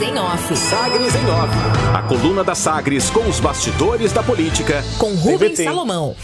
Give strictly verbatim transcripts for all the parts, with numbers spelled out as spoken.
em Off. Sagres em Off. A coluna da Sagres com os bastidores da política. Com Rubens Salomão.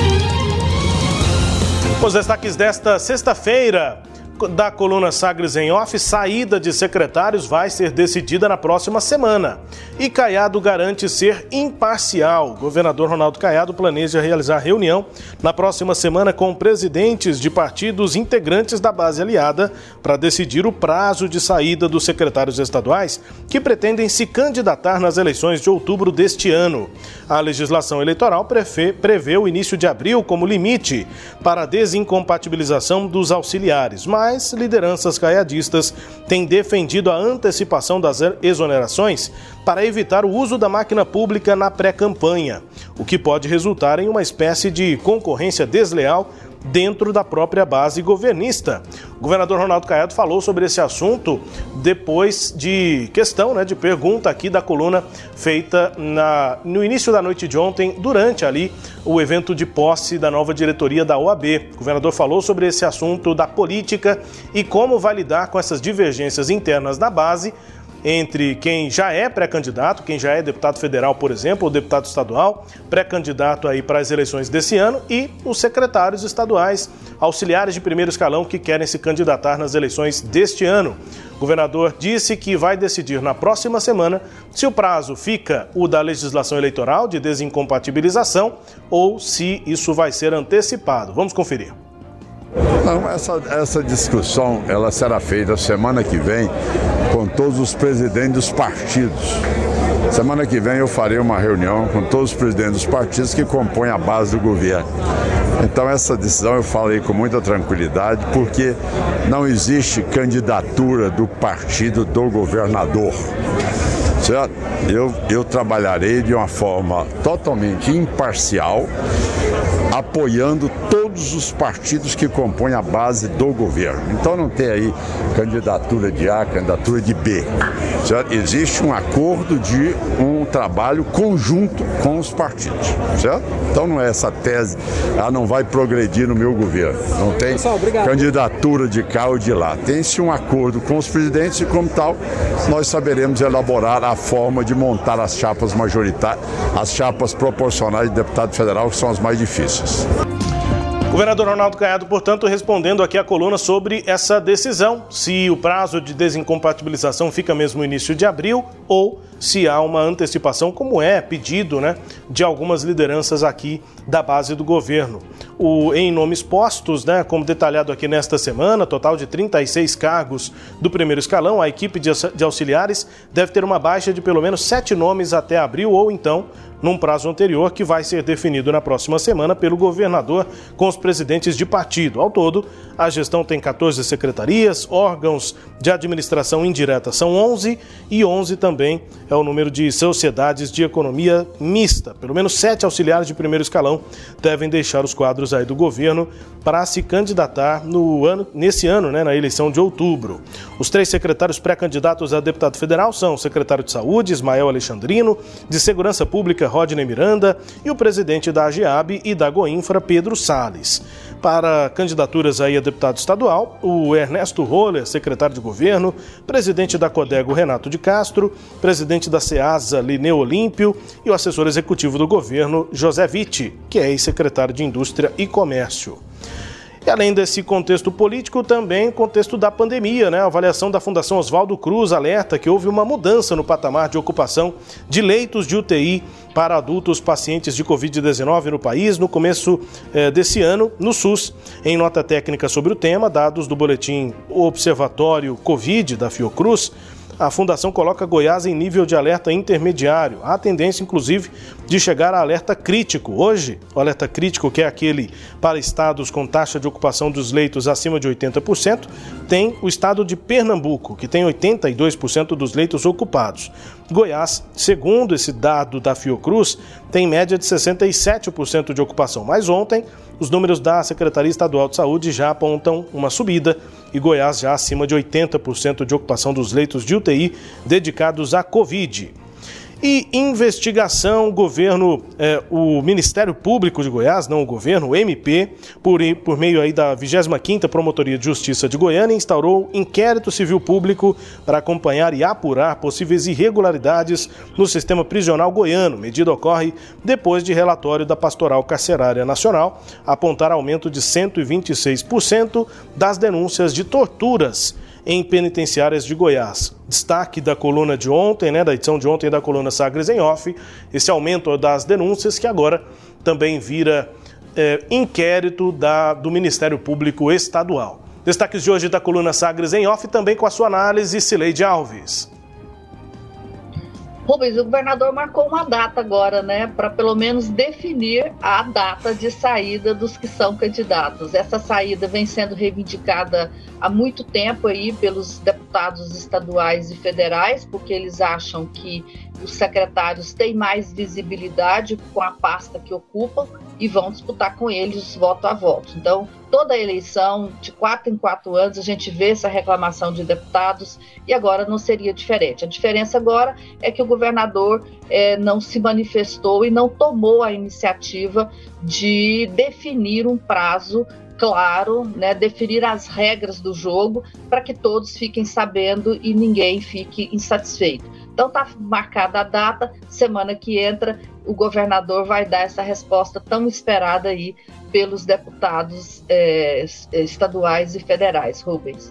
Os destaques desta sexta-feira da coluna Sagres em Off: saída de secretários vai ser decidida na próxima semana. E Caiado garante ser imparcial. O governador Ronaldo Caiado planeja realizar reunião na próxima semana com presidentes de partidos integrantes da base aliada para decidir o prazo de saída dos secretários estaduais que pretendem se candidatar nas eleições de outubro deste ano. A legislação eleitoral prevê o início de abril como limite para a desincompatibilização dos auxiliares, mas Mas lideranças caiadistas têm defendido a antecipação das exonerações para evitar o uso da máquina pública na pré-campanha, o que pode resultar em uma espécie de concorrência desleal dentro da própria base governista. O governador Ronaldo Caiado falou sobre esse assunto depois de questão, né, de pergunta aqui da coluna feita na, no início da noite de ontem, durante ali o evento de posse da nova diretoria da O A B. O governador falou sobre esse assunto da política e como vai lidar com essas divergências internas da base entre quem já é pré-candidato, quem já é deputado federal, por exemplo, ou deputado estadual, pré-candidato aí para as eleições desse ano, e os secretários estaduais, auxiliares de primeiro escalão que querem se candidatar nas eleições deste ano. O governador disse que vai decidir na próxima semana se o prazo fica o da legislação eleitoral de desincompatibilização ou se isso vai ser antecipado. Vamos conferir. Não, essa, essa discussão ela será feita semana que vem com todos os presidentes dos partidos. Semana que vem eu farei uma reunião com todos os presidentes dos partidos que compõem a base do governo. Então essa decisão eu falei com muita tranquilidade, porque não existe candidatura do partido do governador. Certo? Eu, eu trabalharei de uma forma totalmente imparcial, apoiando todos os partidos que compõem a base do governo. Então não tem aí candidatura de A, candidatura de B. Certo? Existe um acordo de um trabalho conjunto com os partidos. Certo? Então não é essa tese, ela não vai progredir no meu governo. Não tem candidatura de cá ou de lá. Tem-se um acordo com os presidentes e, como tal, nós saberemos elaborar a forma de montar as chapas majoritárias, as chapas proporcionais de deputado federal, que são as mais difíceis. Governador Ronaldo Caiado, portanto, respondendo aqui a coluna sobre essa decisão, se o prazo de desincompatibilização fica mesmo no início de abril ou se há uma antecipação, como é pedido, né, de algumas lideranças aqui da base do governo. O, em nomes postos, né, como detalhado aqui nesta semana, total de trinta e seis cargos do primeiro escalão, a equipe de, de auxiliares deve ter uma baixa de pelo menos sete nomes até abril ou então num prazo anterior, que vai ser definido na próxima semana pelo governador com os presidentes de partido. Ao todo, a gestão tem quatorze secretarias, órgãos de administração indireta são onze e onze também é o número de sociedades de economia mista. Pelo menos sete auxiliares de primeiro escalão devem deixar os quadros aí do governo para se candidatar no ano, nesse ano, né, na eleição de outubro. Os três secretários pré-candidatos a deputado federal são o secretário de Saúde, Ismael Alexandrino, de Segurança Pública, Rodney Miranda, e o presidente da AGEAB e da Goinfra, Pedro Salles. Para candidaturas aí a deputado estadual, o Ernesto Roller, secretário de governo, presidente da Codego, Renato de Castro, presidente da SEASA, Lineu Olímpio, e o assessor executivo do governo, José Vitti, que é ex-secretário de Indústria e Comércio. E além desse contexto político, também o contexto da pandemia, né? A avaliação da Fundação Oswaldo Cruz alerta que houve uma mudança no patamar de ocupação de leitos de U T I para adultos pacientes de covid dezenove no país no começo eh, desse ano, no SUS. Em nota técnica sobre o tema, dados do boletim Observatório Covid da Fiocruz, a Fundação coloca Goiás em nível de alerta intermediário. Há tendência, inclusive, de chegar a alerta crítico. Hoje, o alerta crítico, que é aquele para estados com taxa de ocupação dos leitos acima de oitenta por cento, tem o estado de Pernambuco, que tem oitenta e dois por cento dos leitos ocupados. Goiás, segundo esse dado da Fiocruz, tem média de sessenta e sete por cento de ocupação. Mas ontem, os números da Secretaria Estadual de Saúde já apontam uma subida e Goiás já acima de oitenta por cento de ocupação dos leitos de U T I dedicados à Covid. E investigação, governo, eh, o Ministério Público de Goiás, não o governo, o M P, por, por meio aí da vigésima quinta Promotoria de Justiça de Goiânia, instaurou inquérito civil público para acompanhar e apurar possíveis irregularidades no sistema prisional goiano. Medida ocorre depois de relatório da Pastoral Carcerária Nacional apontar aumento de cento e vinte e seis por cento das denúncias de torturas em penitenciárias de Goiás. Destaque da coluna de ontem, né, da edição de ontem da coluna Sagres em Off, esse aumento das denúncias que agora também vira é, inquérito da, do Ministério Público Estadual. Destaques de hoje da coluna Sagres em Off, também com a sua análise, Cileide Alves. Rubens, o governador marcou uma data agora, né, para pelo menos definir a data de saída dos que são candidatos. Essa saída vem sendo reivindicada há muito tempo aí pelos deputados estaduais e federais, porque eles acham que os secretários têm mais visibilidade com a pasta que ocupam e vão disputar com eles voto a voto. Então, toda a eleição, de quatro em quatro anos, a gente vê essa reclamação de deputados e agora não seria diferente. A diferença agora é que o governador eh, não se manifestou e não tomou a iniciativa de definir um prazo claro, né, definir as regras do jogo para que todos fiquem sabendo e ninguém fique insatisfeito. Então está marcada a data, semana que entra o governador vai dar essa resposta tão esperada aí pelos deputados eh, estaduais e federais. Rubens.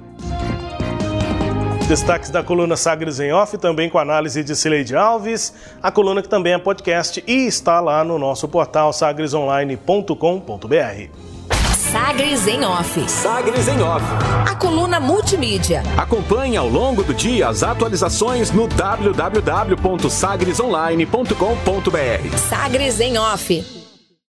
Destaques da coluna Sagres em Off, também com análise de Cileide Alves, a coluna que também é podcast e está lá no nosso portal sagres online ponto com ponto b r. Sagres em Off. Sagres em Off. A coluna multimídia. Acompanhe ao longo do dia as atualizações no w w w ponto sagres online ponto com ponto b r. Sagres em Off.